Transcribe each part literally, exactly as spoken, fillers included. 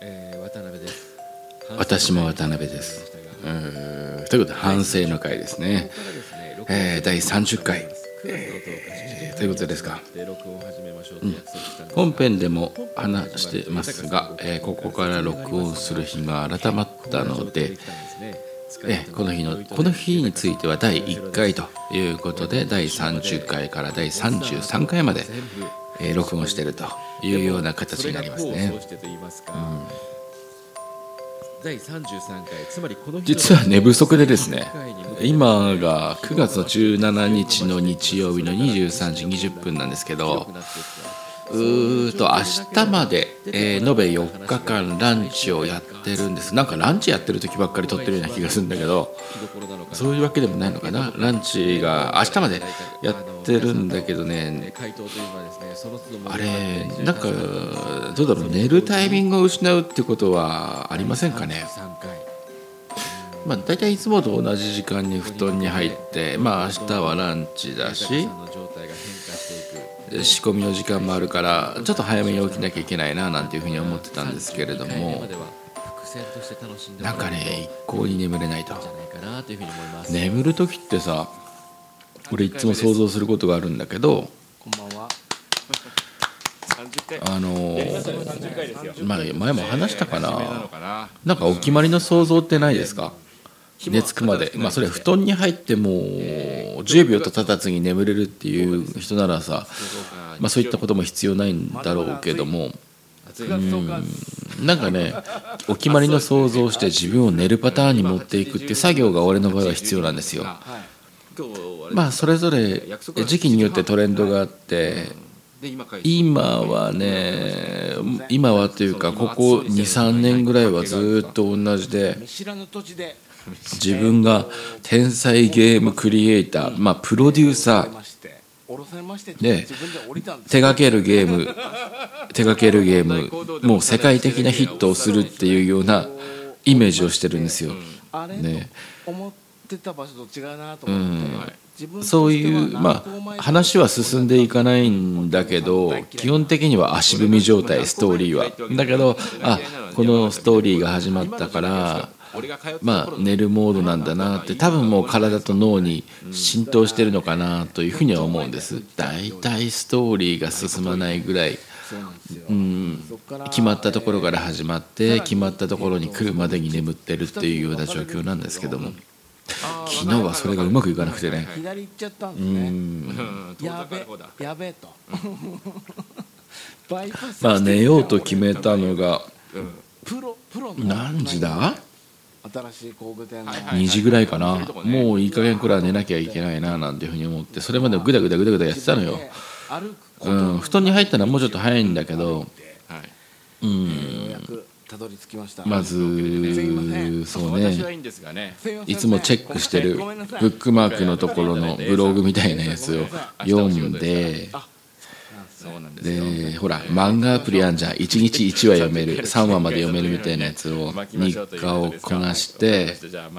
えー、渡辺です。 私も渡辺です。うーんということで反省の回ですね、えー、だいさんじゅっかい、えー、ということですか、うん、本編でも話してますが、えー、ここから録音する日が改まったので、えー、この日のこの日についてはだいいっかいということでだいさんじゅっかいからだいさんじゅうさんかいまで、えー、録音しているというような形になりますね。 だいさんじゅうさんかい、つまりこの日実は寝不足でですね、今がくがつのじゅうしちにちの日曜日のにじゅうさんじにじゅっぷんなんですけど、うーと明日まで、えー、延べよっかかんランチをやってるんです。なんかランチやってる時ばっかり撮ってるような気がするんだけど、そういうわけでもないのかな。ランチが明日までやってるんだけどね、あれなんかどうだろう、寝るタイミングを失うってことはありませんかね。まあ、大体いつもと同じ時間に布団に入って、まあ、明日はランチだし仕込みの時間もあるからちょっと早めに起きなきゃいけないななんていうふうに思ってたんですけれども、なんかね一向に眠れないと。眠る時ってさ、俺いつも想像することがあるんだけど、あのー、まあ、前も話したかな、なんかお決まりの想像ってないですか。寝つくまで、まあ、それ布団に入ってもじゅうびょうと経たずに眠れるっていう人ならさ、まあ、そういったことも必要ないんだろうけども、うんなんかねお決まりの想像をして自分を寝るパターンに持っていくっていう作業が俺の場合は必要なんですよ。まあそれぞれ時期によってトレンドがあって、今はね今はというかここ にさんねんぐらいはずっと同じで、自分が天才ゲームクリエイター、まあ、プロデューサーで手掛けるゲーム手掛けるゲームもう世界的なヒットをするっていうようなイメージをしてるんですよ、ね、うん、そういう、まあ、話は進んでいかないんだけど基本的には足踏み状態、ストーリーは。だけどあこのストーリーが始まったからまあ寝るモードなんだなって多分もう体と脳に浸透してるのかなというふうには思うんです。だいたいストーリーが進まないぐらい、うん、決まったところから始まって決まったところに来るまでに眠ってるっていうような状況なんですけども、昨日はそれがうまくいかなくてね、うんやべえとまあ寝ようと決めたのが何時だにじぐらいかな。もういい加減これは寝なきゃいけないななんていうふうに思って、それまでぐだぐだぐだぐだやってたのよ、うん、布団に入ったのはもうちょっと早いんだけど、うん、まずそうね、いつもチェックしてるブックマークのところのブログみたいなやつを読んで、でほら漫画アプリあんじゃん、いちにちいちわ読めるさんわまで読めるみたいなやつを日課をこなして、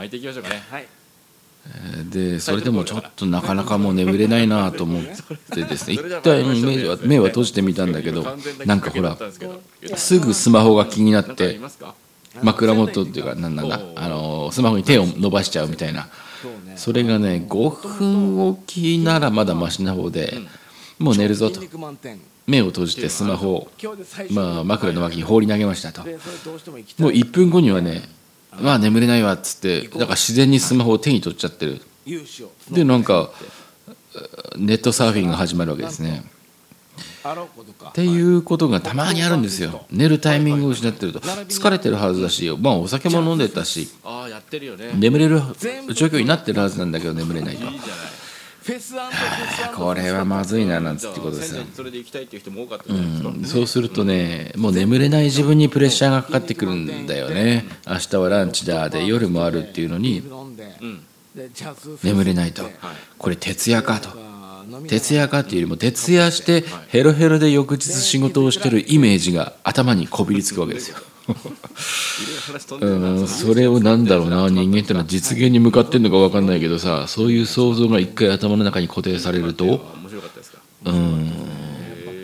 でそれでもちょっとなかなかもう眠れないなと思ってですね、一旦目は目は閉じてみたんだけど、なんかほらすぐスマホが気になって枕元っていうかなんなんだあのスマホに手を伸ばしちゃうみたいな、それがねごふんおきならまだマシな方で、もう寝るぞと目を閉じてスマホを、まあ、枕の脇に放り投げましたと。もういっぷんごにはね、まあ眠れないわっつって、だから自然にスマホを手に取っちゃってる。でなんかネットサーフィンが始まるわけですね。っていうことがたまにあるんですよ。寝るタイミングを失ってると疲れてるはずだし、まあお酒も飲んでたし眠れる状況になってるはずなんだけど眠れないと。これはまずいななんつってことですよ、うん、そうするとねもう眠れない自分にプレッシャーがかかってくるんだよね。明日はランチだで夜もあるっていうのに眠れないと、これ徹夜かと。徹夜かっていうよりも徹夜してヘロヘロで翌日仕事をしてるイメージが頭にこびりつくわけですようん、それをなんだろうな、人間ってのは実現に向かってんのか分かんないけどさ、そういう想像が一回頭の中に固定されると、うん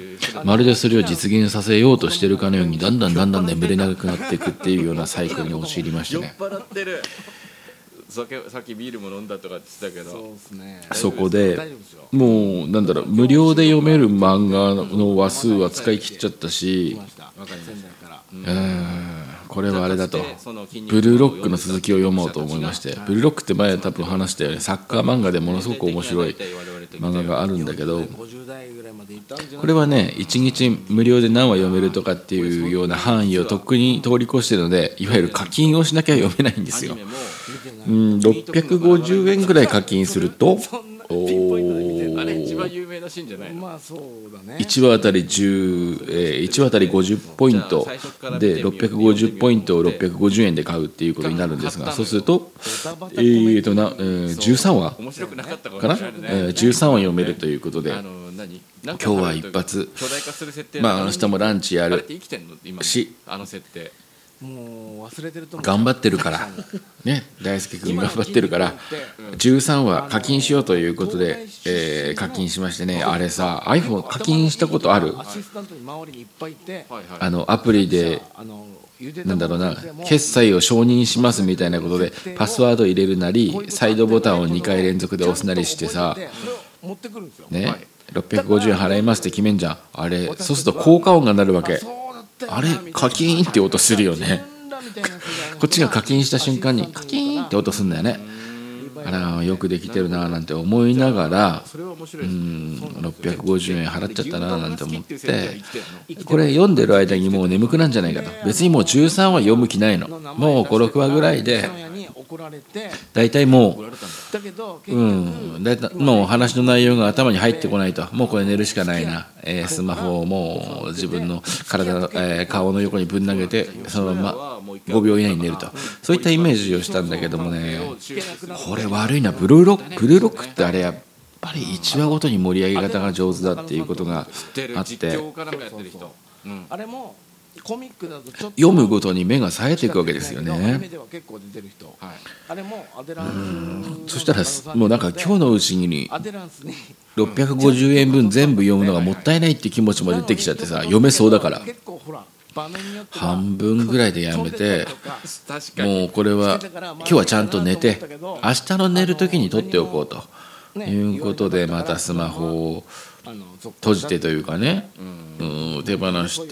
まるでそれを実現させようとしてるかのようにだんだんだんだん眠れなくなっていくっていうようなサイクルに陥りましたね。 酔っ払ってる。さっきビールも飲んだとかって言ってたけど、 そうですね。 そこで大丈夫ですよ。 もうなんだろう、無料で読める漫画の話数は使い切っちゃったし来、ました。仙台から。 うーんこれはあれだとブルーロックの続きを読もうと思いまして、ブルーロックって前多分話したよね、サッカー漫画でものすごく面白い漫画があるんだけど、 ごじゅう代ぐらいまで行ったんじゃない。 これはねいちにち無料で何話読めるとかっていうような範囲をとっくに通り越してるので、いわゆる課金をしなきゃ読めないんですよ。うんろっぴゃくごじゅうえんぐらい課金するとおあれ一番有名なシーンじゃないの？ まあそうだね。 いちわあたりじゅう、えー、いちわあたりごじゅうポイントでろっぴゃくごじゅうポイントをろっぴゃくごじゅうえんで買うっていうことになるんですが、そうするとえーとな、えー、じゅうさんわ面白くなかったかかな、 もしれないね。 えー、じゅうさんわ読めるということで、 あの何今日は一発巨大化する設定まあ明日もランチやるあれって生きてんの今し、 あの設定。 もう忘れてると思う。 頑張ってるからね、大輔君頑張ってるからじゅうさんわ課金しようということで、えー課金しましてね、あれさ iPhone 課金したことある？ アシスタントに周りにいっぱいいて、 はいはい。 あのアプリであの茹でたなんだろうなものでも決済を承認しますみたいなことでパスワード入れるなりサイドボタンをにかい連続で押すなりしてさ、 それを持ってくるんですよ。 ねろっぴゃくごじゅうえん払いますって決めんじゃん。あれそうすると効果音が鳴るわけ。 そうだったよなあれカキーンって音するよね。 みたいな世代のこっちが課金した瞬間にカキーンって音するんだよね。あらよくできてるななんて思いながら、 それは面白ういですね。 んろっぴゃくごじゅうえん払っちゃったななんて思って、 生きてんのこれ読んでる間にもう眠くなんじゃないかと。別にもうじゅうさんわ読む気ないの。もうごろくわぐらいでに怒られて、 だいたいも怒られたんだ。 だけど結う、う局、 ん、だいたいもう話の内容が頭に入ってこないと、もうこれ寝るしかないな、えースマホをもう自分の体の、えー顔の横にぶん投げてそのままごびょう以内に寝ると、そういったイメージをしたんだけどもね、これ悪いな、ブルーロックブルーロックってあれやっぱりいちわごとに盛り上げ方が上手だっていうことが知ってるあって、 実況かなんかやってる人。うん。 あれもコミックだとちょっと読むごとに目が冴えていくわけですよアニメね。 では結構出てる人、 はい。 あれもアデランス、 そしたらもうなんか今日のうちにアデランスにろっぴゃくごじゅうえんぶん全部読むのがもったいないっていう気持ちも出てきちゃってさ、読めそうだから結構ほら場面によっては半分ぐらいでやめて、 確かに。 もうこれは今日はちゃんと寝て明日の寝る時に取っておこうということで、またスマホをあの閉じてというかね、うん手放して、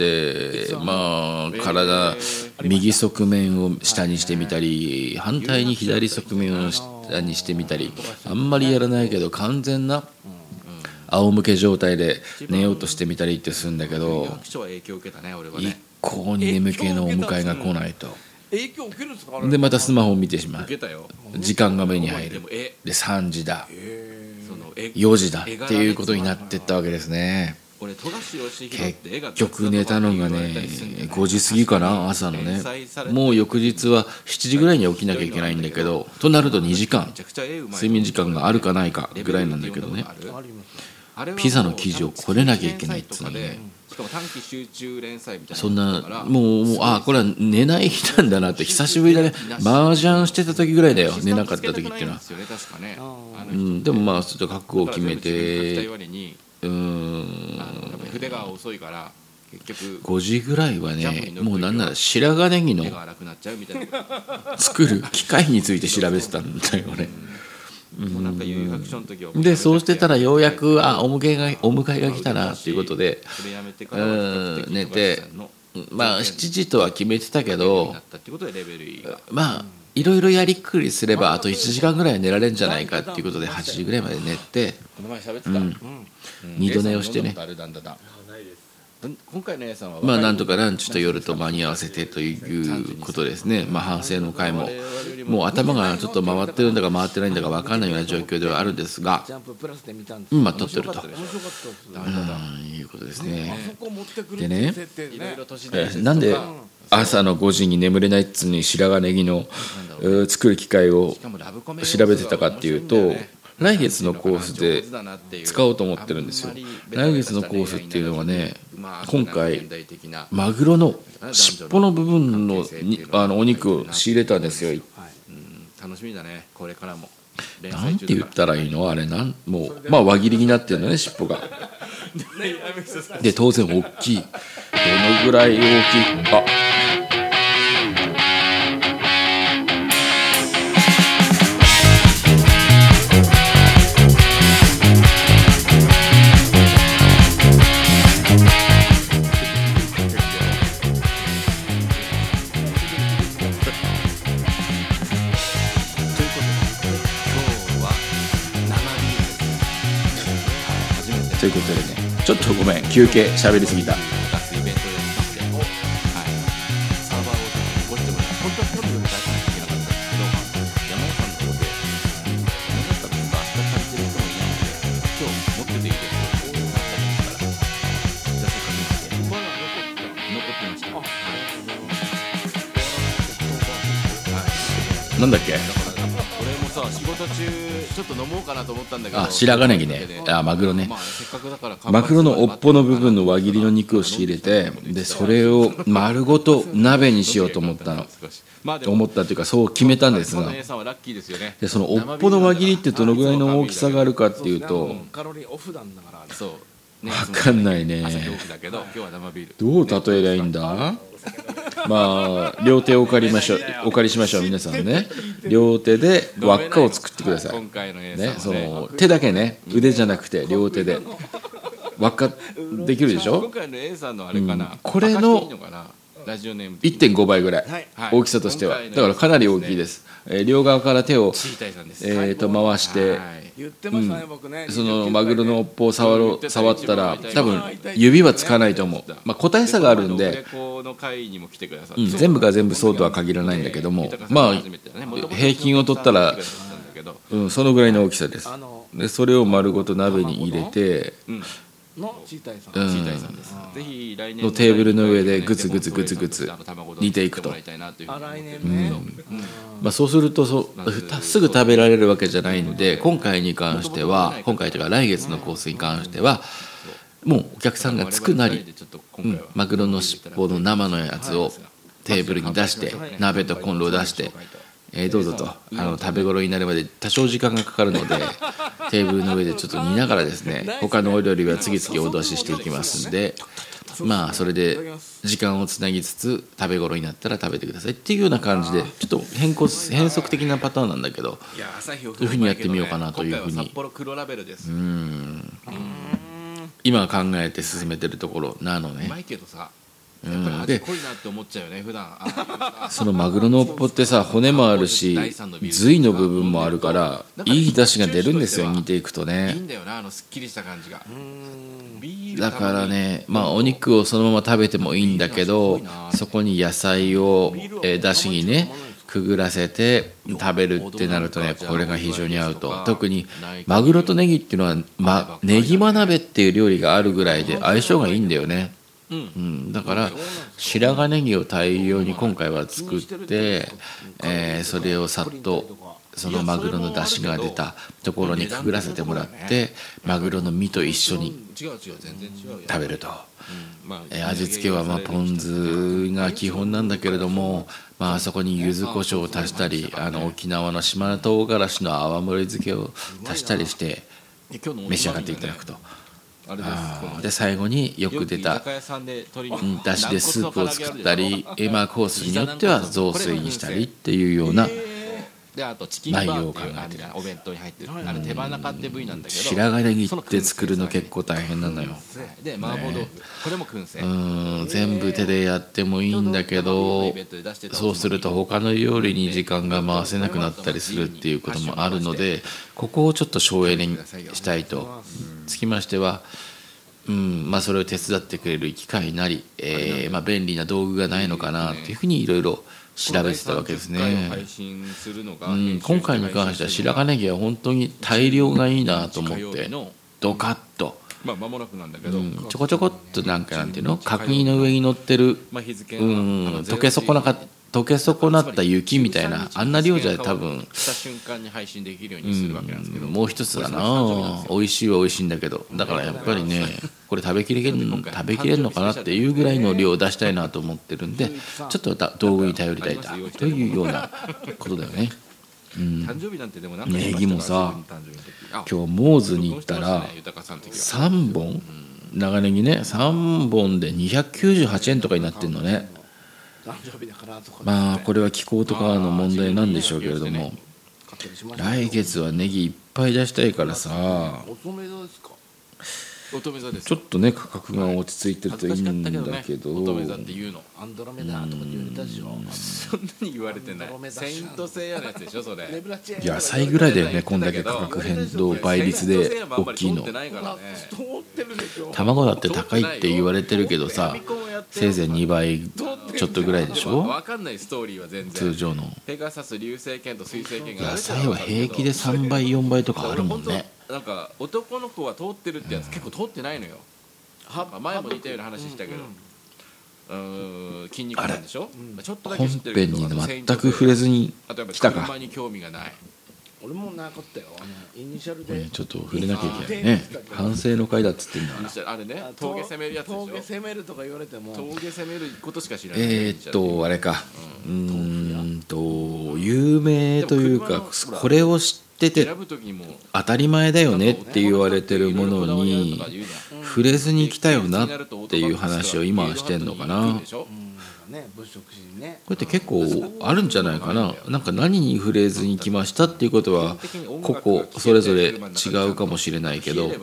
まあ体右側面を下にしてみたり反対に左側面を下にしてみたり、あんまりやらないけど完全な仰向け状態で寝ようとしてみたりってするんだけど、 役所は影響を受けたね俺は一ね。 向に眠気のお迎えが来ないと。 影響受けるんですかあれ。 でまたスマホを見てしまう。 受けたよ。 時間が目に入るでも。えでさんじだそのえよじだっていうことになってったわけですね。 俺富樫義弘って絵が結局寝たのがねごじ過ぎかな、朝のね。もう翌日はしちじぐらいに起きなきゃいけないんだけど、となるとにじかんめちゃくちゃ絵うまい睡眠時間があるかないかぐらいなんだけどね。 ありますピザの生地をこねなきゃいけないっつうのね。 しかも短期集中連載みたいなそんなだからもうもうあこれは寝ない日なんだなって久しぶりだね。麻雀してた時ぐらいだよ、寝なかった時っていうのは。 ですよね確かね。あのうん、でもまあちょっと覚悟を決め書きたいて割にうーんあのやっぱり筆が遅いから結局ごじぐらいはね、もうなんなら白髪ネギの絵が荒くなっちゃうみたいな。 作る機械について調べてたんだよね。 もうなんか有楽章の時はでそうしてたらようやくあお迎えがお迎えが来たなっていうことで、 それやめてからは比較的うん寝て富樫さんのまあしちじとは決めてたけどな、ったってことでレベル E がまあいろいろやりくりすればあといちじかんぐらいは寝られるんじゃないかっていうことではちじぐらいまで寝て、 この前喋ってた、 うん二度寝をしてね、 あるだんだだ今回の A さんはまあなんとかランチと夜と間に合わせてということですね。まあ反省の会ももう頭がちょっと回ってるんだか回ってないんだか分かんないような状況ではあるんですが、 ジャンププラスで見たんです今撮ってると面白かったですうんいうことですあね。 そこ持ってくるでね設定いろいねろ都市えーなんで朝のごじに眠れないっつうに白髪ネギのえー作る機械を調べてたかっていうと、来月のコースで使おうと思ってるんですよ。来月のコースっていうのはね、今回マグロの尻尾の部分のにあのお肉を仕入れたんですよ。 楽しみだねこれからも。 連なん載中だかて言ったらいいのあれなんもうまあ輪切りになってるのね尻尾が。で当然大きい。どのぐらい大きいあということでねちょっとごめん休憩喋りすぎた。 ら出すイベントでまして、はい、サーバーを起こしてもらって本当は今日の夜出さなきゃいけなかったんですけど、山田さんの方で何だったら明日借りてる人もいないので今日持ってていいですよってなったもんですから、じゃあせっかくなんでまだ残ってた。 残ってました。はい、 なんだっけだから俺もさ仕事中ちょっと飲もうかなと思ったんだけど、 あ白髪ネギねあマグロねまあ、せっかくだからマグロの尾っぽの部分の輪切りの肉を仕入れてでそれを丸ごと鍋にしようと思ったの思ったというかそう決めたんですが姉さんはラッキーですよね。 でその尾っぽの輪切りってどのぐらいの大きさがあるかっていうとカロリーオフなんだからあれ。 そうね分かんないね朝日オフだけど今日は生ビールどう例えりゃいいんだまあ両手をお借りましょうお借りしましょう皆さんね両手で輪っかを作ってください今回の A さんはねその手だけね腕じゃなくて両手で輪っかできるでし今ょ回の A さんのあれかな、 うんこれの明かしていいのかなラジオネームいってんご 倍ぐらい、 はいはい大きさとしては今回のだからかなり大きいです、えー両側から手を、 チータイさんです、 えー、と回して、 はい言ってましたね、僕ね。 そのマグロの尾っぽを触ろう触ったら多分指はつかないと思う、まあ、個体差があるんで、 この会にも来てくださって、 うん、全部が全部そうとは限らないんだけどもまあ平均を取ったら、うん、そのぐらいの大きさですあのでそれを丸ごと鍋に入れてうんのチータイさん。 うんチータイさんです。ぜひ来年のテーブルの上でグツグツグツグツ煮ていくとあ、来年ね。 ね。 まあ、そうするとそうすぐ食べられるわけじゃないので今回に関しては今回というか来月のコースに関してはもうお客さんがつくなり、うん、マグロの尻尾の生のやつをテーブルに出して鍋とコンロを出してえー、どうぞとあの食べ頃になるまで多少時間がかかるのでテーブルの上でちょっと煮ながらですね他のお料理は次々お出ししていきますんでまあそれで時間をつなぎつつ食べ頃になったら食べてくださいっていうような感じでちょっと変更変則的なパターンなんだけどいや朝日をそういうふうにやってみようかなというふうに今回は札幌黒ラベルです。 ううん今考えて進めてるところなのねまいけどさ、 うんやっぱり味で濃いなって思っちゃうよね普段。あそのマグロの尾っぽってさ骨もあるし髄の部分もあるからいい出汁が出るんですよ煮ていくといいねんだよなあのすっきりした感じが。ビールだからねまあお肉をそのまま食べてもいいんだけどそこに野菜をえー出汁にねくぐらせて食べるってなるとねこれが非常に合うと特にマグロとネギっていうのは、ま、ネギマ鍋っていう料理があるぐらいで相性がいいんだよね、 うんうん、だから白髪ネギを大量に今回は作って、えーそれをさっとそのマグロの出汁が出たところにくぐらせてもらってマグロの身と一緒に違う違う全然違うよ。 食べると、 うんまあえー味付けはまあポン酢が基本なんだけれども、まあそこに柚子胡椒を足したりあの沖縄の島唐辛子の泡盛漬けを足したりして今日の召し上がっていただくとあれです。 あこのーで最後によく出たよく居酒屋さんで鶏肉うんだしでスープを作ったりえーまあコースによっては雑炊にしたりっていうようなであとチキンバーっていう内容を考えてるあれお弁当に入ってるあれ手羽中って部位なんだけど白髪ネギって作るの結構大変なのよで麻婆豆腐これも燻製うん全部手でやってもいいんだけどそうすると他の料理に時間が回せなくなったりするっていうこともあるのでここをちょっと省エネにしたいとつきましてはうんまあそれを手伝ってくれる機械なりえーまあ便利な道具がないのかなっていうふうにいろいろ調べてたわけですね、うん、今回に関しては白髪ネギは本当に大量がいいなと思ってドカッと、 まあ間もなくなんだけど、 うん、ちょこちょこっとなんかなんていうの角煮の上に乗ってる、 まあ、日付うん、溶け損なか溶け損なった雪みたいなあんな量じゃ多分した瞬間に配信できるようにするわけなんですけど、 もう一つだな美味しいは美味しいんだけどだからやっぱりねこれ食べきれる食べきれるのかなっていうぐらいの量を出したいなと思ってるんでちょっと道具に頼りたいというようなことだよね。 誕生日なんてでも何ネギもさ今日モーズに行ったらさんぼん長ネギねさんぼんでにひゃくきゅうじゅうはちえんとかになってんのね。まあこれは気候とかの問題なんでしょうけれども、来月はネギいっぱい出したいからさ、ちょっとね価格が落ち着いてるといいんだけど、 乙女座って言うのアンドロメダとかって言われたでしょ。 そんなに言われてない。セイントセイヤのやつでしょそれ。 野菜ぐらいだよねこんだけ価格変動倍率で大きいの。卵だって高いって言われてるけどさ、せいぜいにばいちょっとぐらいでしょ。 わかんないストーリーは全然通常のペガサス流星剣と水星剣が野菜は平気でさんばいよんばいとかあるもんね。 なんか男の子は通ってるってやつ結構通ってないのよ。前も似たような話したけど、うーん筋肉なんでしょ、うん、ちょっとだけ知ってるけど本編に全く触れずに来たか。 車に興味がない。 俺もなかったよ。あのイニシャルで、 ね、ちょっと触れなきゃいけないね。反省の回だっつってんだから。 あれね峠攻めるやつでしょ。 峠攻めるとか言われても峠攻めることしか知らない。 えー、っとあれかうーんと有名というかこれを知ってて当たり前だよねって言われてるものに触れずに来たよなっていう話を今はしてんのかな。これって結構あるんじゃないかな。なんか何に触れずに来ましたっていうことは個々それぞれ違うかもしれないけど、例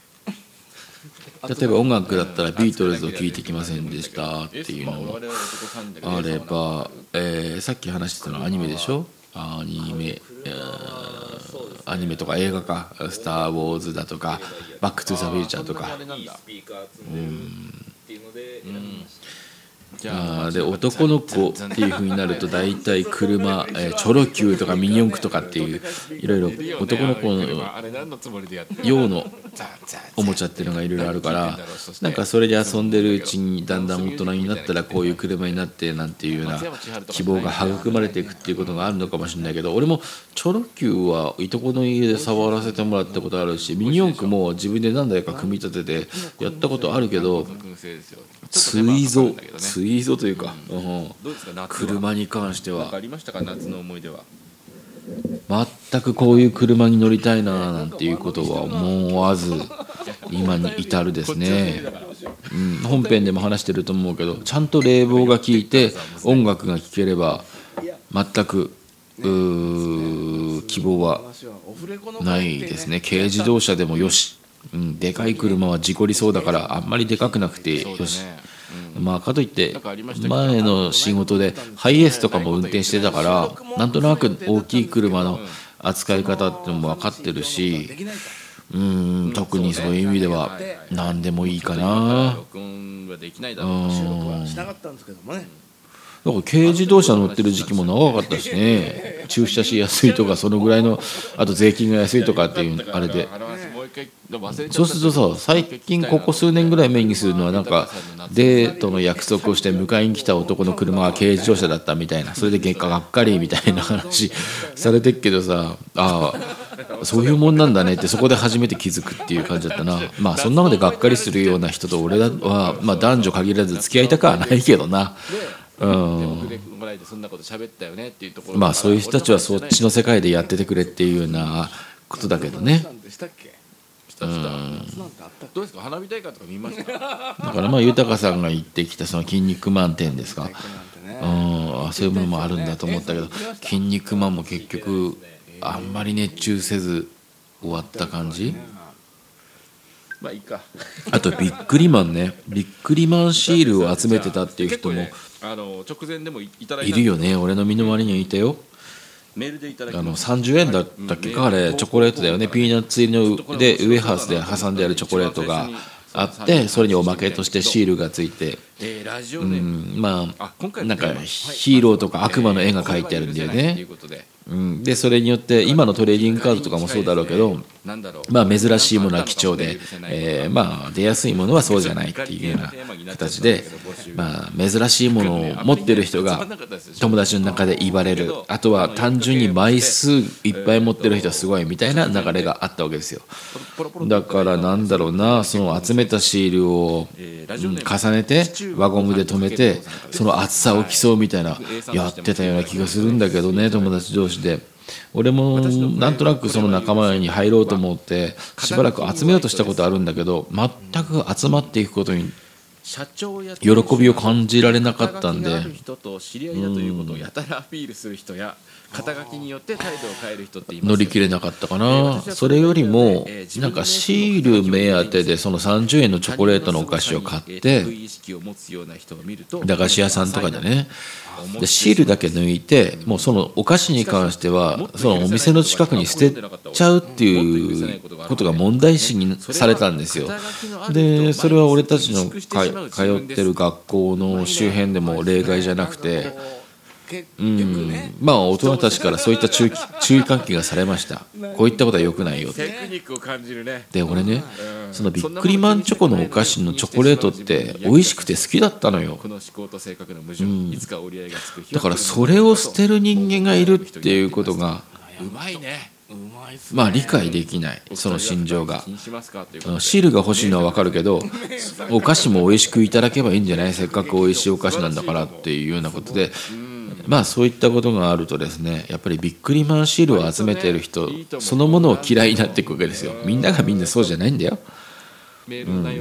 えば音楽だったらビートルズを聴いてきませんでしたっていうのもあれば、えー、さっき話してたのはアニメでしょ。アニメ、えー、アニメとか映画かスター・ウォーズだとかバック・トゥ・ザ・フューチャーとか、うんあで男の子っていう風になると大体車、えー、チョロ Q とかミニ四駆とかっていういろいろ男の子の用のおもちゃっていうのがいろいろあるから、なんかそれで遊んでるうちにだんだん大人になったらこういう車になってなんていうような希望が育まれていくっていうことがあるのかもしれないけど、俺もチョロ Q はいとこの家で触らせてもらったことあるし、ミニ四駆も自分で何台か組み立ててやったことあるけど、ツイゾツイゾというか、うん、車に関してはありましたか夏の思い出は。 全くこういう車に乗りたいななんていうことは思わず今に至るですね、うん、本編でも話してると思うけどちゃんと冷房が効いて音楽が聴ければ全くうー希望はないですね。軽自動車でもよし、うん、でかい車は事故りそうだからあんまりでかくなくてよし、うん、まあかといって前の仕事でハイエースとかも運転してたからなんとなく大きい車の扱い方っていうのも分かってるし、うん特にそういう意味では何でもいいかな。だから軽自動車乗ってる時期も長かったしね、駐車しやすいとかそのぐらいの、あと税金が安いとかっていうあれで、そうするとさ最近ここ数年ぐらい目にするのはなんかデートの約束をして迎えに来た男の車が軽自動車だったみたいな、それで結果がっかりみたいな話されてるけどさ、ああそういうもんなんだねってそこで初めて気づくっていう感じだったな。まあそんなのでがっかりするような人と俺はまあ男女限らず付き合いたくはないけどな。うん、まあそういう人たちはそっちの世界でやっててくれっていうようなことだけどね。うん、 どうですか花火大会とか見ました？だからまあ豊さんが言ってきたその筋肉マン店ですか、うん、そういうものもあるんだと思ったけど、筋肉マンも結局あんまり熱中せず終わった感じ。 まあいいか。 あとビックリマンね、ビックリマンシールを集めてたっていう人もあの直前でもいただいたいるよね。俺の身の回りにはいたよ。 メールでいただきあのさんじゅうえんだったっけか、あれチョコレートだよね。ピーナッツ入りのでウエハースで挟んであるチョコレートがあって、それにおまけとしてシールがついて、うん、まあなんかヒーローとか悪魔の絵が描いてあるんだよね。うん、でそれによって今のトレーディングカードとかもそうだろうけど、まあ珍しいものは貴重で、えー、まあ出やすいものはそうじゃないっていうような形で、まあ珍しいものを持ってる人が友達の中で言われる、あとは単純に枚数いっぱい持ってる人はすごいみたいな流れがあったわけですよ。だからなんだろうな、その集めたシールを、うん、重ねて輪ゴムで留めてその厚さを競うみたいなやってたような気がするんだけどね、友達同士士で、俺もなんとなくその仲間に入ろうと思ってしばらく集めようとしたことあるんだけど、全く集まっていくことに喜びを感じられなかったんで、 肩書きがある人と知り合いだということをやたらアピールする人や、肩書きによって態度を変える人っていますよね。 乗り切れなかったかな。それよりもなんかシール目当てでそのさんじゅうえんのチョコレートのお菓子を買って、駄菓子屋さんとかでね、でシールだけ抜いて、もうそのお菓子に関してはそのお店の近くに捨てちゃうっていうことが問題視にされたんですよ。でそれは俺たちのか通ってる学校の周辺でも例外じゃなくて、うん、まあ大人たちからそういった注意注意喚起がされました。こういったことは良くないよって。 テクニックを感じるね。 で俺ね、そのビックリマンチョコのお菓子のチョコレートって美味しくて好きだったのよ。 この思考と性格の矛盾、いつか折り合いがつく。 だからそれを捨てる人間がいるっていうことがうまいね。 まあ理解できない、その心情が。 気にしますかっていうあのシールが欲しいのは分かるけど、お菓子も美味しくいただけばいいんじゃない、せっかく美味しいお菓子なんだからっていうようなことで、まあそういったことがあるとですね、やっぱりビックリマンシールを集めている人そのものを嫌いになっていくわけですよ。みんながみんなそうじゃないんだよ。うん、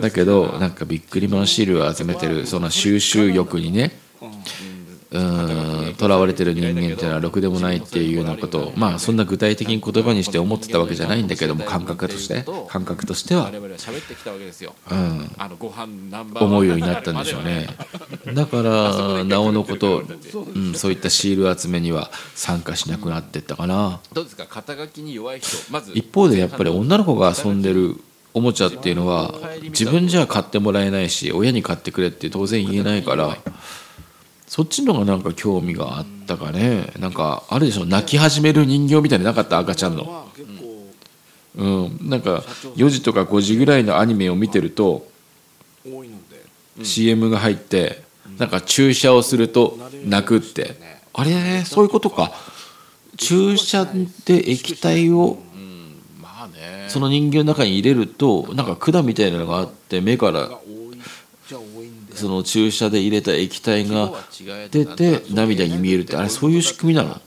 だけどなんかビックリマンシールを集めてるその収集欲にね、うん囚われてる人間っていうのはろくでもないっていうようなことを、まあそんな具体的に言葉にして思ってたわけじゃないんだけども、感覚として感覚としては、うん、思うようになったんでしょうね。だからなおのこと、うん、そういったシール集めには参加しなくなっていったかな。 どうですか、肩書きに弱い人。まず一方でやっぱり女の子が遊んでるおもちゃっていうのは自分じゃ買ってもらえないし、親に買ってくれって当然言えないから、そっちのがなんか興味があったかね。なんかあるでしょ、泣き始める人形みたいなのなかった、赤ちゃんの。うん、なんかよじとかごじぐらいのアニメを見てると シーエム が入ってなんか注射をすると泣くって、あれそういうことか。注射で液体をその人形の中に入れるとなんか管みたいなのがあって目からその注射で入れた液体が出て涙に見えるって、あれそういう仕組みなの？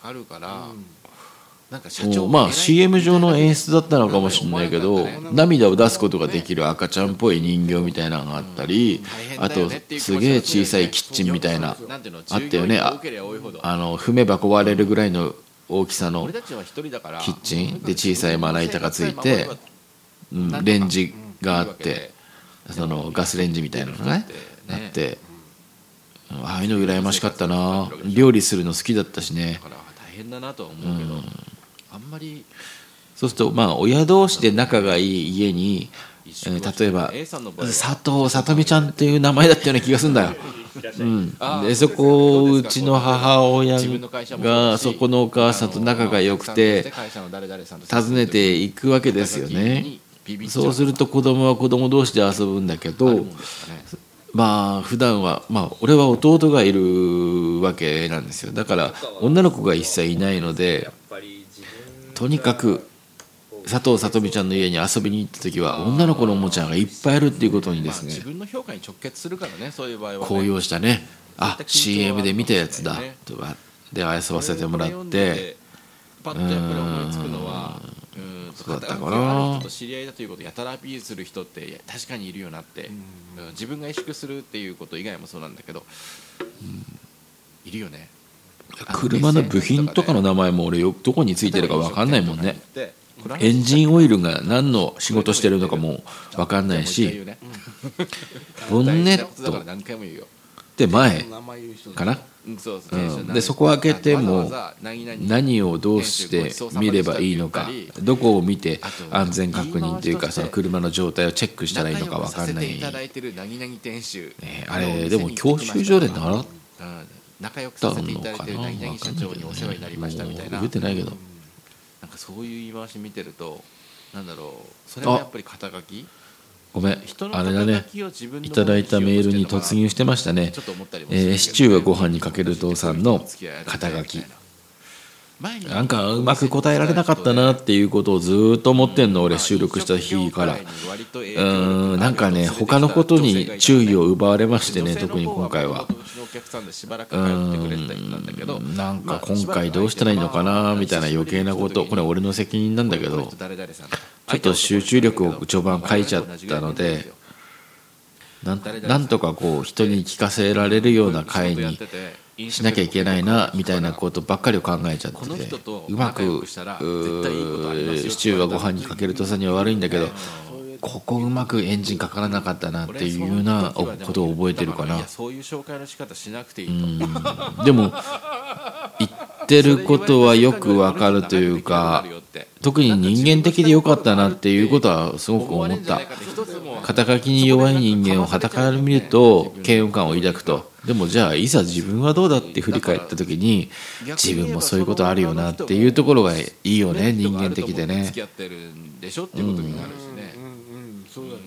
まあ シーエム 上の演出だったのかもしれないけど、涙を出すことができる赤ちゃんっぽい人形みたいなのがあったり、あとすげえ小さいキッチンみたいなあったよね。ああの踏めば壊れるぐらいの大きさのキッチンで小さいまな板がついて、うん、レンジがあって、そのガスレンジみたいなのがねあって、ああいうの羨ましかったな。料理するの好きだったしね。 大変だなとは思うけど、うん、あんまりそうするとまあ親同士で仲がいい家に、えー、例えば佐藤さとみちゃんっていう名前だったような気がするんだよ。うん、でそこうちの母親がそこのお母さんと仲が良くて訪ねていくわけですよね。そうすると子供は子供同士で遊ぶんだけど、まあ普段はまあ俺は弟がいるわけなんですよ。だから女の子が一切いないので、とにかく佐藤さとみちゃんの家に遊びに行った時は女の子のおもちゃがいっぱいあるっていうことにですね、 自分の評価に直結するからね、そういう場合はね、 高揚したね。あ シーエム で見たやつだとかで遊ばせてもらって、 パッとやっぱり思いつくのは、うんそうだったかな。 人と知り合いだということをやたらアピールする人って確かにいるよなって、うん、自分が萎縮するっていうこと以外もそうなんだけど、うん、いるよね。 車の部品とかの名前も俺よどこについてるか分かんないもんね。エンジンオイルが何の仕事してるのかも分かんないし、ボンネットで前かな、うん、でそこを開けても何をどうして見ればいいのか、どこを見て安全確認というかその車の状態をチェックしたらいいのか分かんない、ね、あれでも教習所で習ったのかな、分かんないけどね、覚えてないけど、 なんかそういう言い回し見てると、なんだろう、それはやっぱり肩書き。 ごめん、あれだね、いただいたメールに突入してましたね。えー、シチューはご飯にかける父さんの肩書き。 なんかうまく答えられなかったなっていうことをずっと思ってんの俺収録した日から。うーんなんかね他のことに注意を奪われましてね特に今回は。うーんなんか今回どうしたらいいのかなみたいな余計なことこれ俺の責任なんだけどちょっと集中力を序盤書いちゃったのでなんなんとかこう人に聞かせられるような回にしなきゃいけないなみたいなことばっかりを考えちゃっててうまくうシチューはご飯にかけるとさには悪いんだけどここうまくエンジンかからなかったなっていうようなことを覚えてるかな。うんでも言ってることはよくわかるというか特に人間的でよかったなっていうことはすごく思った。肩書きに弱い人間を傍から見ると嫌悪感を抱くとでもじゃあいざ自分はどうだって振り返った時に自分もそういうことあるよなっていうところがいいよね人間的でね。 付き合ってるんでしょっていうことになるしね。 そうだよね。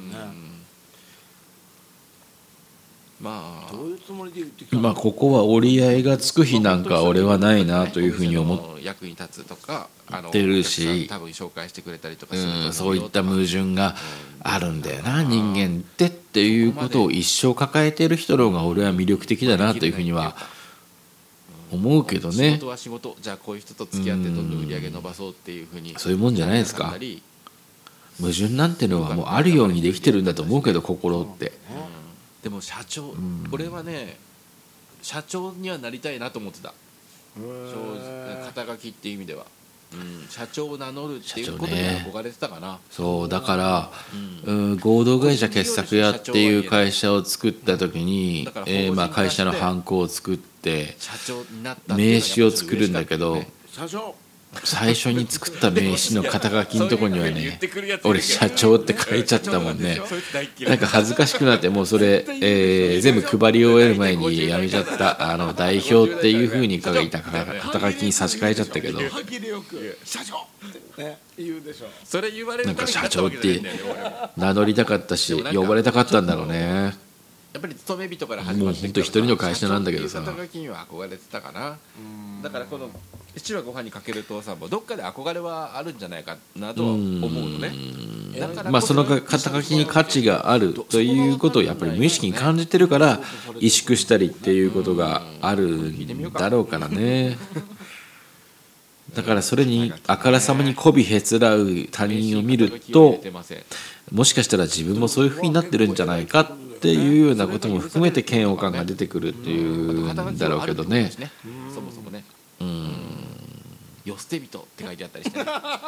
まあどういうつもりで言ってきたの？ まあここは折り合いがつく日なんか俺はないなというふうに思って役に立つとかてるし多分紹介してくれたりとかするとうんそういった矛盾があるんだよな人間ってっていうことを一生抱えてる人の方が俺は魅力的だなというふうには思うけどね。 仕事は仕事じゃあこういう人と付き合ってどんどん売り上げ伸ばそうっていうふうにそういうもんじゃないですか。矛盾なんてのはもうあるようにできてるんだと思うけど心ってでも社長俺はね社長にはなりたいなと思ってた正直肩書きっていう意味では、うん、社長を名乗るっていうことに憧れてたかな、ね、 そうだから、うん、合同会社傑作屋っていう会社を作った時に、えーまあ会社のハンコを作って名刺を作るんだけど社長最初に作った名刺の肩書きのとこにはね俺社長って書いちゃったもんね。なんか恥ずかしくなってもうそれ、えー、全部配り終える前にやめちゃったあの代表っていう風に書いた肩書きに差し替えちゃったけど社長ってね言うでしょ。 それ言われるなんか社長って名乗りたかったし呼ばれたかったんだろうね。 やっぱり勤め人から始まってもう本当一人の会社なんだけどさ肩書きには憧れてたかな。だからこのシチューはご飯にかける父さんもどっかで憧れはあるんじゃないかなとは思うのね。だからまあその肩書きに価値があるということをやっぱり無意識に感じてるから萎縮したりっていうことがあるんだろうからね。だからそれにあからさまに媚びへつらう他人を見るともしかしたら自分もそういう風になってるんじゃないかっていうようなことも含めて嫌悪感が出てくるっていうんだろうけどね。 そもそもねうんよ捨て人って書いてあったりしてね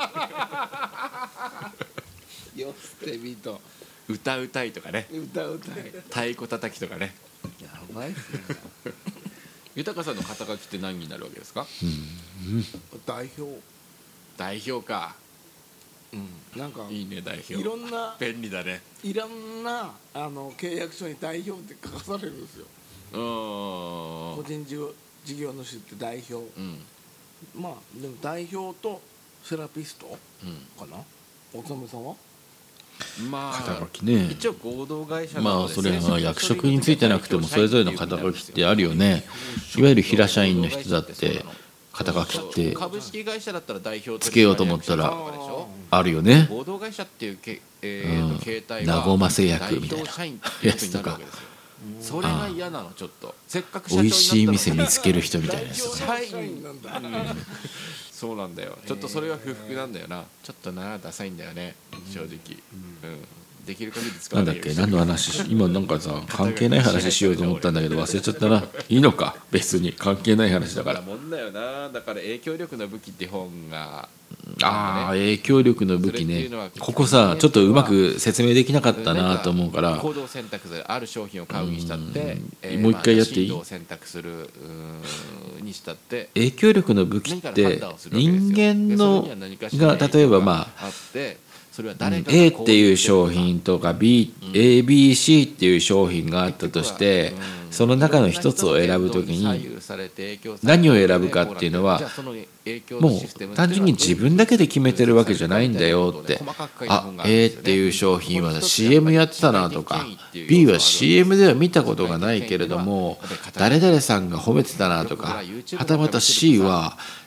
よ捨て人歌うたいとかね歌うたい太鼓叩きとかねやばいっすね豊さんの肩書きって何になるわけですか？ 代表代表か。 うんなんかいいね代表いろんな便利だね。 いろんなあの契約書に代表って書かされるんですよ。 うん個人事業事業主って代表、 うんまあでも代表とセラピストうんかな。おつむさんはまあ肩書きね一応合同会社なまのであそれは役職についてなくてもそれぞれの肩書きってあるよね。いわゆる平社員の人だって肩書きって株式会社だったら代表つけようと思ったら取締役社長とかでしょ。 あるよね。 合同会社っていうけ、えーうんと形態は和ま製薬みたいな代表社員っていうふうになるわけですよ。それが嫌なのちょっとせっかく社長美になった味しい店見つける人みたいなやつ社員社員なんだ。 そうなんだよちょっとそれは不服なんだよな。ちょっとなダサいんだよね正直、うんできる限り使なわないようにんだっけ何の話し今なんかさ関係ない話しようと思ったんだけど忘れちゃったな。いいのか別に関係ない話だから。 だからもんだよな。だから影響力の武器って本がああ影響力の武器ね。ここさちょっとうまく説明できなかったなと思うから行動選択するある商品を買うにしたって、えーもう一回やっていいまあ進路を選択するうーんにしたって影響力の武器何かのって判断をするわけですよ。 人間のでそれには何かしらが例えばまああってそれは誰かが A っていう商品とか B、 うんエービーシー っていう商品があったとしてうんその中の一つを選ぶときに何を選ぶかっていうのはもう単純に自分だけで決めてるわけじゃないんだよって。あ A っていう商品は シーエム やってたなとか B は シーエム では見たことがないけれども誰々さんが褒めてたなとかはたまた C は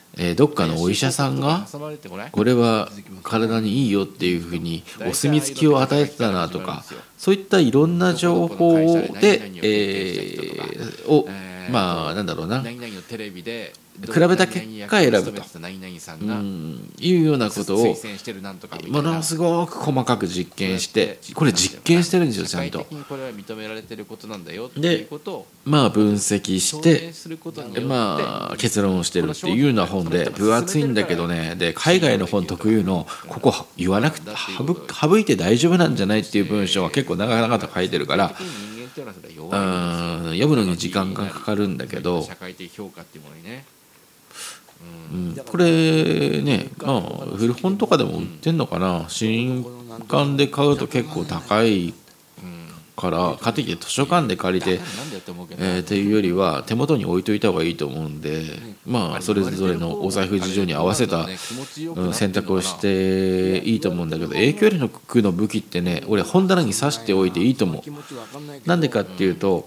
えー、どっかのお医者さんがこれは体にいいよっていうふうにお墨付きを与えてたなとか、そういったいろんな情報で、えー、をまあなんだろうな、比べた結果選ぶと、うん、いうようなことをものすごく細かく実験して、これ実験してるんですよちゃんと。でまあ分析してまあ結論をしてるっていうような本で、分厚いんだけどね、で海外の本特有のここ言わなくて省いて大丈夫なんじゃないっていう文章は結構長々と書いてるから、うん読むのに時間がかかるんだけど、うん、これね、まあ古本とかでも売ってんのかな、新刊で買うと結構高いから買ってきて図書館で借りて、えー、っていうよりは手元に置いといた方がいいと思うんで、まあそれぞれのお財布事情に合わせた、うん、選択をしていいと思うんだけど、影響力の武器ってね、俺本棚に刺しておいていいと思う。なんでかっていうと、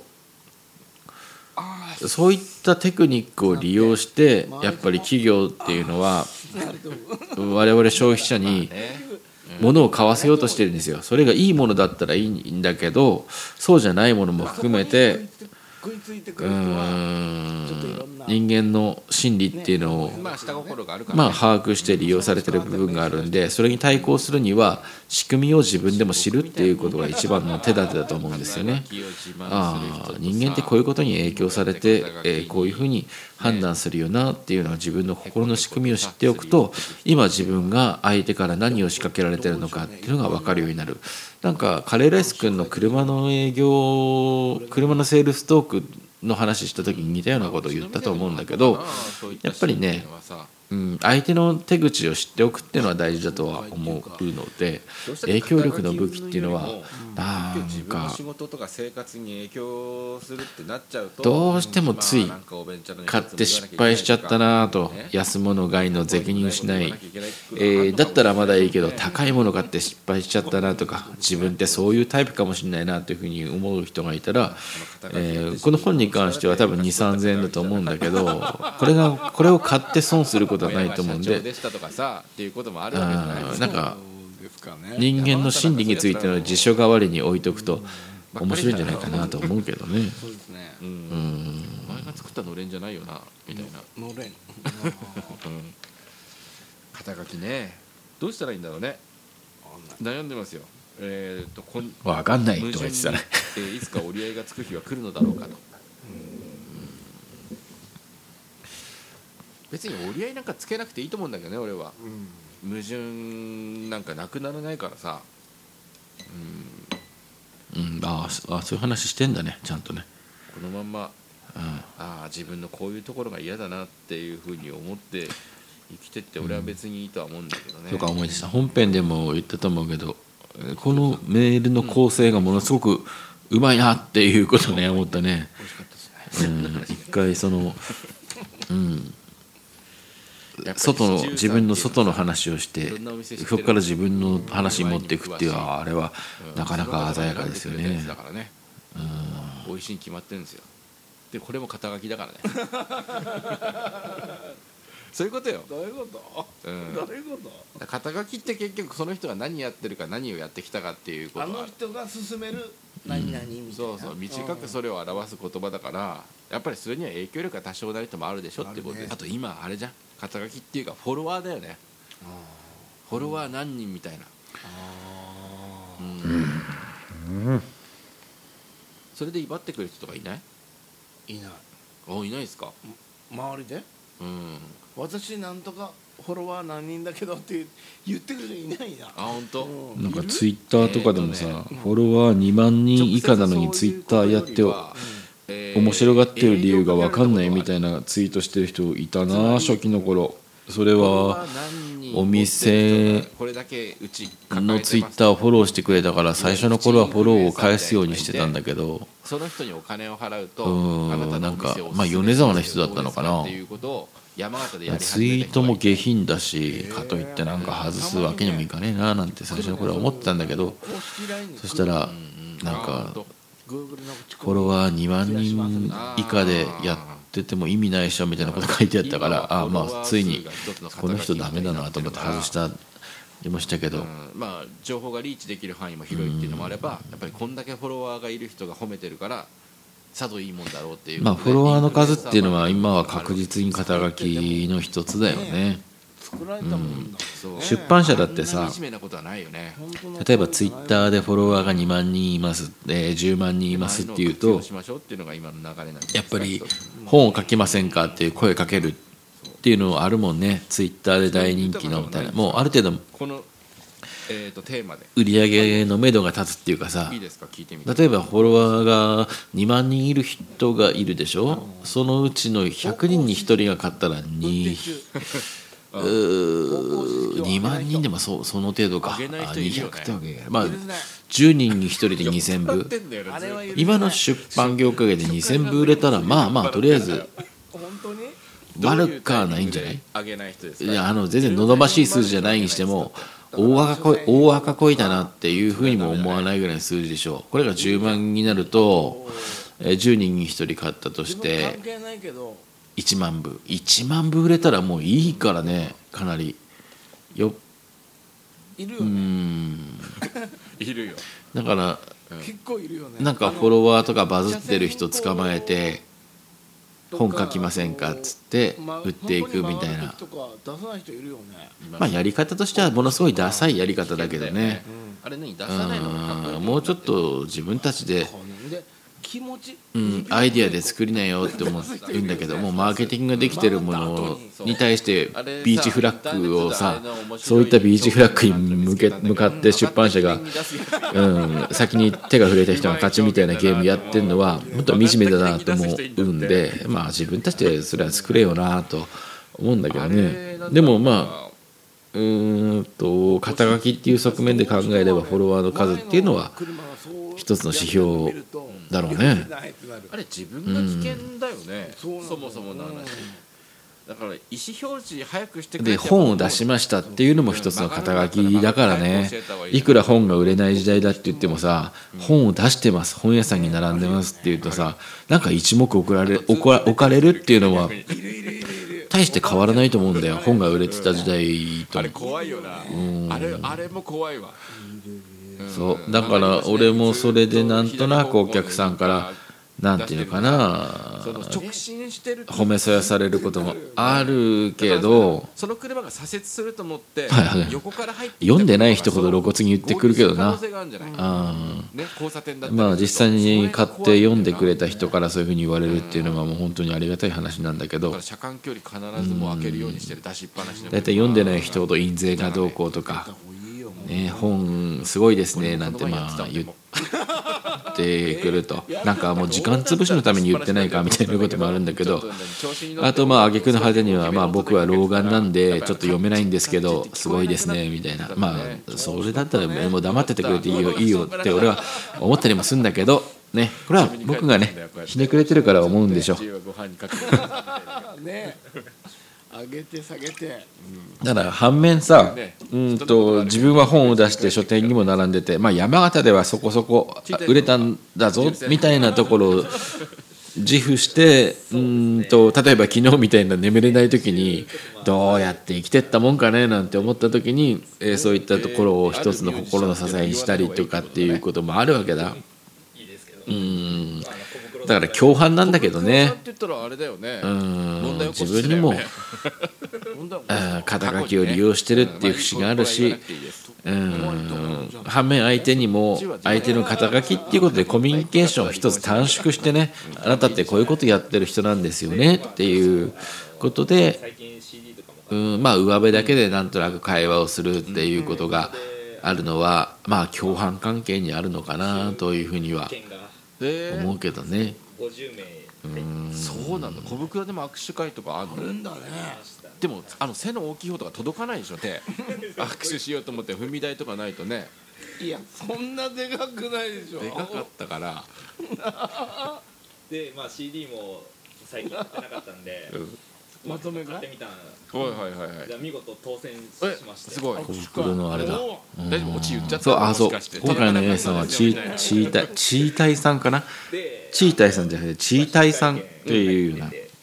そういったテクニックを利用してやっぱり企業っていうのは我々消費者に物を買わせようとしてるんですよ。それがいいものだったらいいんだけど、そうじゃないものも含めて、うーん人間の心理っていうのをまあ把握して利用されてる部分があるんで、それに対抗するには仕組みを自分でも知るっていうことが一番の手立てだと思うんですよね。ああ人間ってこういうことに影響されて、えー、こういうふうに判断するよなっていうのは自分の心の仕組みを知っておくと、今自分が相手から何を仕掛けられてるのかっていうのが分かるようになる。なんかカレーライス君の車の営業、車のセールストークの話した時に似たようなことを言ったと思うんだけど、やっぱりね、うん、相手の手口を知っておくっていうのは大事だとは思うので、影響力の武器っていうのはなんか仕事とか生活に影響するってなっちゃうと、どうしてもつい買って失敗しちゃったなと、安物買いの責任失い、えー、だったらまだいいけど高いもの買って失敗しちゃったなとか、自分ってそういうタイプかもしれないなというふうに思う人がいたら、えー、この本に関しては多分にせんさんぜんえんだと思うんだけど、これがこれを買って損することはないと思うんで、なんか人間の心理についての辞書代わりに置いとくと面白いんじゃないかなと思うけどね。そうですね。うん。お前が作ったのれんじゃないよなみたいな。のれん。肩書きね。どうしたらいいんだろうね。悩んでますよ。えー、とこん分かんないとか言ってたね。えー、いつか折り合いがつく日は来るのだろうかと。別に折り合いなんかつけなくていいと思うんだけどね、俺は。うん、矛盾なんかなくならないからさ。うん、うん、ああそういう話してんだね、ちゃんとね。このまんま、うん、ああ自分のこういうところが嫌だなっていうふうに思って生きてって俺は別にいいとは思うんだけどね。とか思い出した。本編でも言ったと思うけど、このメールの構成がものすごくうまいなっていうことね、思ったね。美味しかったですね。うん、一回その、うん。外の自分の外の話をして、そこから自分の話に持っていくっていうのは、あれはなかなか鮮やかですよね。だからね、うん、美味しいに決まってるんですよ。でこれも肩書きだからね。そういうことよ。どういうこと、うん、どういうこと。肩書きって結局その人が何やってるか何をやってきたかっていうことは、あの人が進める何々みたいな、うん、そうそう短くそれを表す言葉だから、やっぱりそれには影響力が多少なりともあるでしょっていうことで、 あ,、ね、あと今あれじゃん、肩書きっていうかフォロワーだよね。フォロワー何人みたいな。あ、うん、うん、それで威張ってくる人とかいない？いない。あ、いないですか？周りで？うん、私なんとかフォロワー何人だけどって言ってくる人いないな。あ、本当。うん、なんかツイッターとかでもさ、えーね、フォロワーにまんにん以下なのにツイッターやっては、うん、面白がってる理由が分かんないみたいなツイートしてる人いたな、初期の頃。それはお店のツイッターをフォローしてくれたから、最初の頃はフォローを返すようにしてたんだけど、その人にお金を払うと、うん、なんかまあ米沢の人だったのかな。ツイートも下品だし、かといってなんか外すわけにもいかねえななんて最初の頃は思ってたんだけど、そしたらなんかフォロワーにまんにん以下でやっってても意味ないでしょみたいなこと書いてあったから、ああまあついにこの人ダメだなと思って外したりもしたけど、 うん、まあ情報がリーチできる範囲も広いっていうのもあれば、やっぱりこんだけフォロワーがいる人が褒めてるからさぞいいもんだろうっていう、 まあフォロワーの数っていうのは今は確実に肩書きの一つだよね。 作られたもんだ、 うん、出版社だってさ、 惨めなことはないよね。 例えばツイッターでフォロワーがにまんにんいます、えー、じゅうまんにんいますっていうと、やっぱり本を書きませんかっていう声かけるっていうのはあるもんね。ツイッターで大人気のみたいな、もうある程度この、えー、とテーマで売り上げの目処が立つっていうかさ、 いいですか、聞いてみて。 例えばフォロワーがにまんにんいる人がいるでしょ、そのうちのひゃくにんにひとりが買ったらににまんにんでも そ, その程度か、にひゃくってわけ、まあじゅうにんにひとりでにせんぶ、今の出版業界でにせんぶ売れたらまあまあとりあえず悪くはないんじゃない？いや、あの全然のどばしい数字じゃないにしても大赤こい大赤こいたなっていうふうにも思わないぐらいの数字でしょう。これがじゅうまんになるとじゅうにんにひとり買ったとしていちまんぶいちまんぶ売れたらもういいからね、かなりよいるよね。 うんいるよ。 だから結構いるよね。 なんかフォロワーとかバズってる人捕まえて本書きませんかっつって売っていくみたいな、まあやり方としてはものすごいダサいやり方だけどね。 あれ何出さないのか、 もうちょっと自分たちで気持ち、 うん、アイディアで作りなよって思うんだけども、マーケティングができてるものに対してビーチフラッグをさ、そういったビーチフラッグに向け向かって出版社が、うん、先に手が触れた人が勝ちみたいなゲームやってるのはもっと惨めだなと思うんで、まあ自分たちでそれは作れよなと思うんだけどね。でもまあうーんと肩書きっていう側面で考えればフォロワーの数っていうのは一つの指標だろうね。 あれ自分が危険だよね、うん、そもそもの話だから意思表示早くしてくれで本を出しましたっていうのも一つの肩書きだからね。いくら本が売れない時代だって言ってもさ、本を出してます、本屋さんに並んでますって言うとさ、なんか一目置かれ置か置かれるっていうのは大して変わらないと思うんだよ、本が売れてた時代と。 あれ怖いよな、うん、あれあれも怖いわ。 そうだから俺もそれでなんとなくお客さんからなんていうのかな、褒めそやされることもあるけど、 その車が左折すると思って横から入って読んでない人ほど露骨に言ってくるけどな。まあ実際に買って読んでくれた人からそういうふうに言われるっていうのはもう本当にありがたい話なんだけど、 車間距離必ずも開けるようにしてる出しっぱなしで、 だいたい読んでない人ほど印税がどうこうとかね、本すごいですねなんてまあ言ってくると、なんかもう時間潰しのために言ってないかみたいなこともあるんだけど、あとまあ挙句の果てには、まあ僕は老眼なんでちょっと読めないんですけどすごいですねみたいな、まあそれだったらもう黙っててくれていいよいいよって俺は思ったりもするんだけどね、これは僕がねひねくれてるから思うんでしょ。 上げて下げて、 だから反面さ、うんと自分は本を出して書店にも並んでて、まあ、山形ではそこそこ売れたんだぞみたいなところを自負して、うんと例えば昨日みたいな眠れない時にどうやって生きてったもんかねなんて思った時に、えー、そういったところを一つの心の支えにしたりとかっていうこともあるわけだ。うんだから共犯なんだけどね、うん自分にも肩書きを利用してるっていう節があるし、うん反面相手にも相手の肩書きっていうことでコミュニケーションを一つ短縮してね、あなたってこういうことやってる人なんですよねっていうことで、うんまあ上辺だけでなんとなく会話をするっていうことがあるのはまあ共犯関係にあるのかなというふうには思うけどね。 うんそうなんだ。小袋でも握手会とかあるんだね。でもあの背の大きい方とか届かないでしょ手握手しようと思って踏み台とかないとね。 いやそんなでかくないでしょ。 でかかったからでまあ シーディー も最近買ってなかったんで、うんまとめ買ってみたんはいはいはいはい。 じゃあ見事当選しまして。 すごい。 小袋のあれだ。 大丈夫？オチ言っちゃった。 そうあそう。今回の A さんはチーチータイチータイさんかな。チータイさんじゃなくてチータイさんっていうような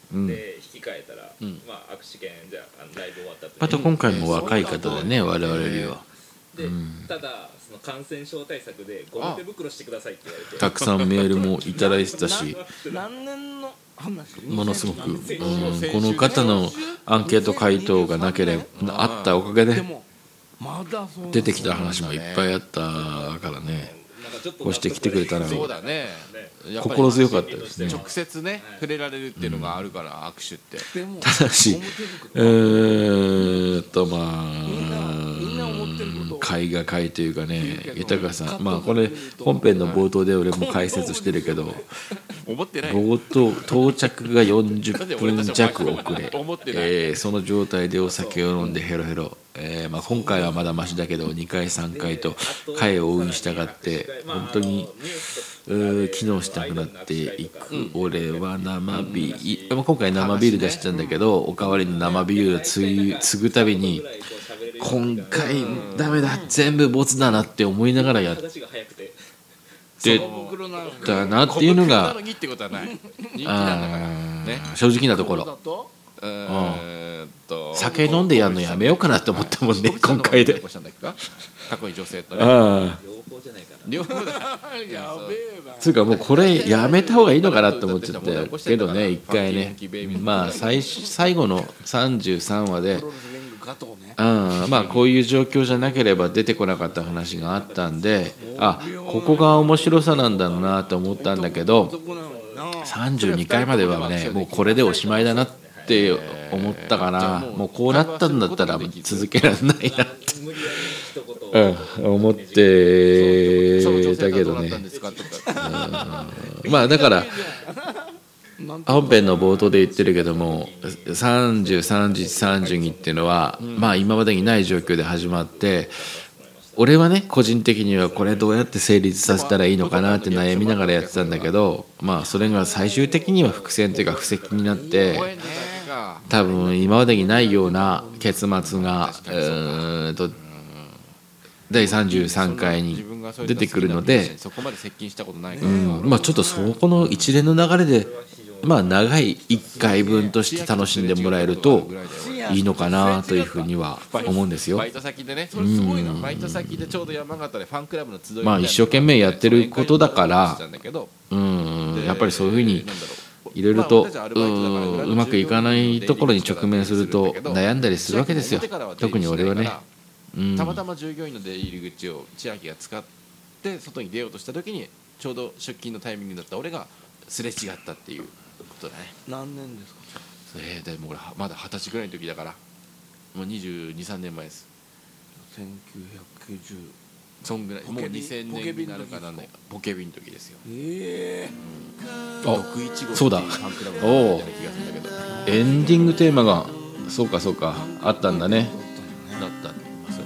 うんで引き換えたら、 うんまあ、握手券じゃああのライブ終わった後にまた今回も若い方でね、我々よりはで、 うんただその感染症対策でゴム手袋してくださいって言われてたくさんメールもいただいてたし、 何年の話？ ものすごく、うん、 先週この方のアンケート回答がなければあったおかげででもまだそうなんだ出てきた話もいっぱいあったからね、 なんかちょっとこうして来てくれたらそうだねやっぱり心強かったですね。 直接ね触れられるっていうのがあるから握手ってでもただし表袋えーっとまみんなみんな思ってることをあ絵画会というかね、豊さん、まあこれ本編の冒頭で俺も解説してるけど、 思ってない冒頭到着がよんじゅっぷん弱遅れ、 思ってないえーその状態でお酒を飲んでヘロヘロ、えーまあ、今回はまだマシだけどにかいさんかいと回を追うに従って本当にうー機能しなくなっていく。俺は生ビール、まあ今回生ビール出したんだけど、おかわりの生ビールをつい継ぐたびに今回ダメだ全部ボツだなって思いながらやっ話が早くてて袋なのたなっていうのが小袋の儀ってことはない人気なんだからあねー正直なとこだろとうーんと酒飲んでやるのやめようかなって思ったもんね今回で。 どうしたんだっけか過去に女性とねああ両方じゃないかな両方だやべえなつうかもうこれやめた方がいいのかなって思っちゃったけどね、一回ね、まあ最最後のさんじゅうさんわでプロレスリング加藤ねあまあこういう状況じゃなければ出てこなかった話があったんで、あここが面白さなんだろうなと思ったんだけど、 男なのになさんじゅうにかいまではねもうこれでおしまいだなって思ったから、もうこうなったんだったら続けられないなって、 無理やり一言うん、思ってその女性たけどねとはどうなったん。ですかとかまあだからなんて本編の冒頭で言ってるけどもさんじゅう、さんじゅういち、さんじゅうにっていうのは、まあ今までにない状況で始まって、俺はね個人的にはこれどうやって成立させたらいいのかなって悩みながらやってたんだけど、まあそれが最終的には伏線というか布石になって応援のだけが多分今までにないような結末がうーんとだいさんじゅうさんかいに出てくるので、 そこまで接近したことないから、 うんまあちょっとそこの一連の流れでまあ長いいっかいぶんとして楽しんでもらえるといいのかなというふうには思うんですよバ。イト先でね、 それすごいなバイト先でちょうど山形でファンクラブの集いみたいなまあ一生懸命やってることだからしたんだけどうんやっぱりそういうふうになんだろういろいろとまあ俺たちアルバイトだからうんうまくいかないところに直面すると悩んだりするわけですよ。特に俺はね。うんたまたま従業員の出入り口を千秋が使って外に出ようとした時にちょうど出勤のタイミングだった俺がすれ違ったっていうことだね。 何年ですかえー、でも俺まだ二十歳ぐらいの時だからもうにじゅうに、さんねんまえです。 せんきゅうひゃくきゅうじゅうそんぐらいもうポケビにせんねんになるかなんないかポケビンの時ですよ。 ええあ六一号そうだっていうファンクラブがあったような気がするんだけどエンディングテーマがそうかそうかあったんだね。 だったんでます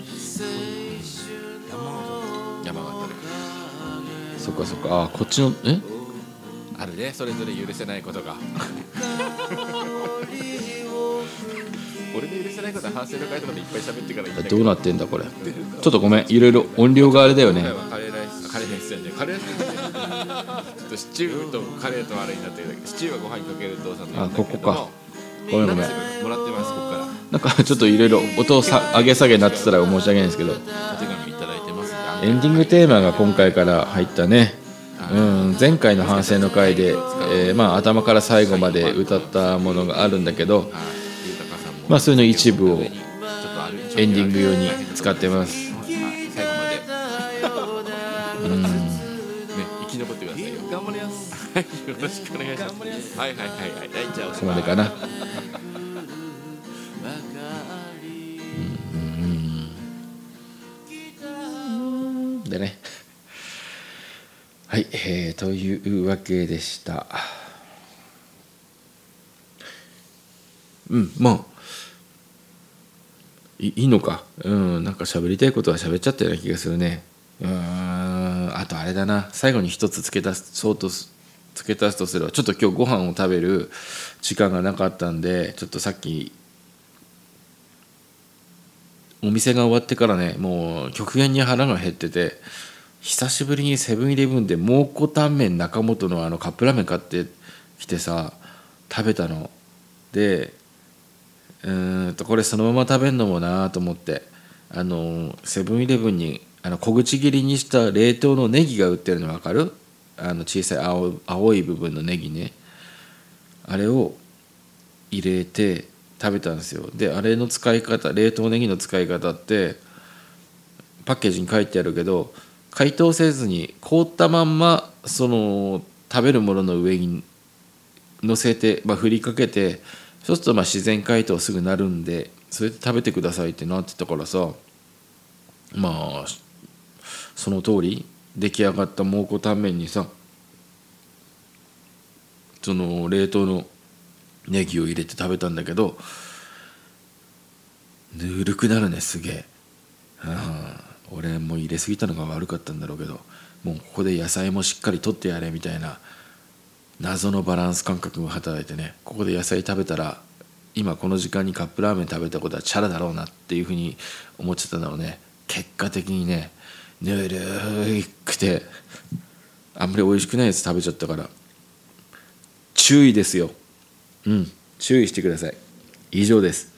山形でそうかそうかあこっちのえあるねそれぞれ許せないことが俺の許せないことは反省の会とかでいっぱい喋ってからいいんだけどどうなってんだこれ。ちょっとごめんいろいろ音量があれだよね今。回はカレーライスカレーライスじゃねカレーライスじゃねちょっとシチューとカレーとあれになってるだけシチューはご飯にかけるとさんのあここかごめんごめんなんかもらってますここからなんかちょっといろいろ音をさ上げ下げになってたら申し訳ないんですけど、 お手紙いただいてますんでエンディングテーマが今回から入ったね。うん前回の反省の回で、えーまあ頭から最後まで歌ったものがあるんだけど、 はい豊さんもまあそれの一部をちょっとあるエンディング用に使ってます。 はい最後までうんね生き残ってくださいよ頑張りますはいよろしくお願いしますはいはいはいはいはいじゃあおしまいそこまでかな。でねはい、えー、というわけでした。うんまあいいいのかうんなんか喋りたいことは喋っちゃったような気がするね。うーんあとあれだな最後に一つ付け足そうとす付け足すとすればちょっと今日ご飯を食べる時間がなかったんでちょっとさっきお店が終わってからねもう極限に腹が減ってて久しぶりにセブンイレブンで蒙古タンメン中本のあのカップラーメン買ってきてさ食べたのでうーんとこれそのまま食べるのもなと思ってあのセブンイレブンにあの小口切りにした冷凍のネギが売ってるの分かる？あの小さい 青, 青い部分のネギね、あれを入れて食べたんですよ。であれの使い方、冷凍ネギの使い方ってパッケージに書いてあるけど、解凍せずに凍ったまんまその食べるものの上に乗せて、まあ、振りかけて、そうするとまあ自然解凍すぐなるんで、それで食べてくださいってなってたからさ、まあその通り出来上がった蒙古タンメンにさ、その冷凍のネギを入れて食べたんだけど、ぬるくなるね、すげえ。うん、俺もう入れすぎたのが悪かったんだろうけど、もうここで野菜もしっかり取ってやれみたいな謎のバランス感覚が働いてね、ここで野菜食べたら今この時間にカップラーメン食べたことはチャラだろうなっていうふうに思っちゃったんだろうね。結果的にね、ぬるくてあんまり美味しくないやつ食べちゃったから注意ですよ。うん、注意してください。以上です。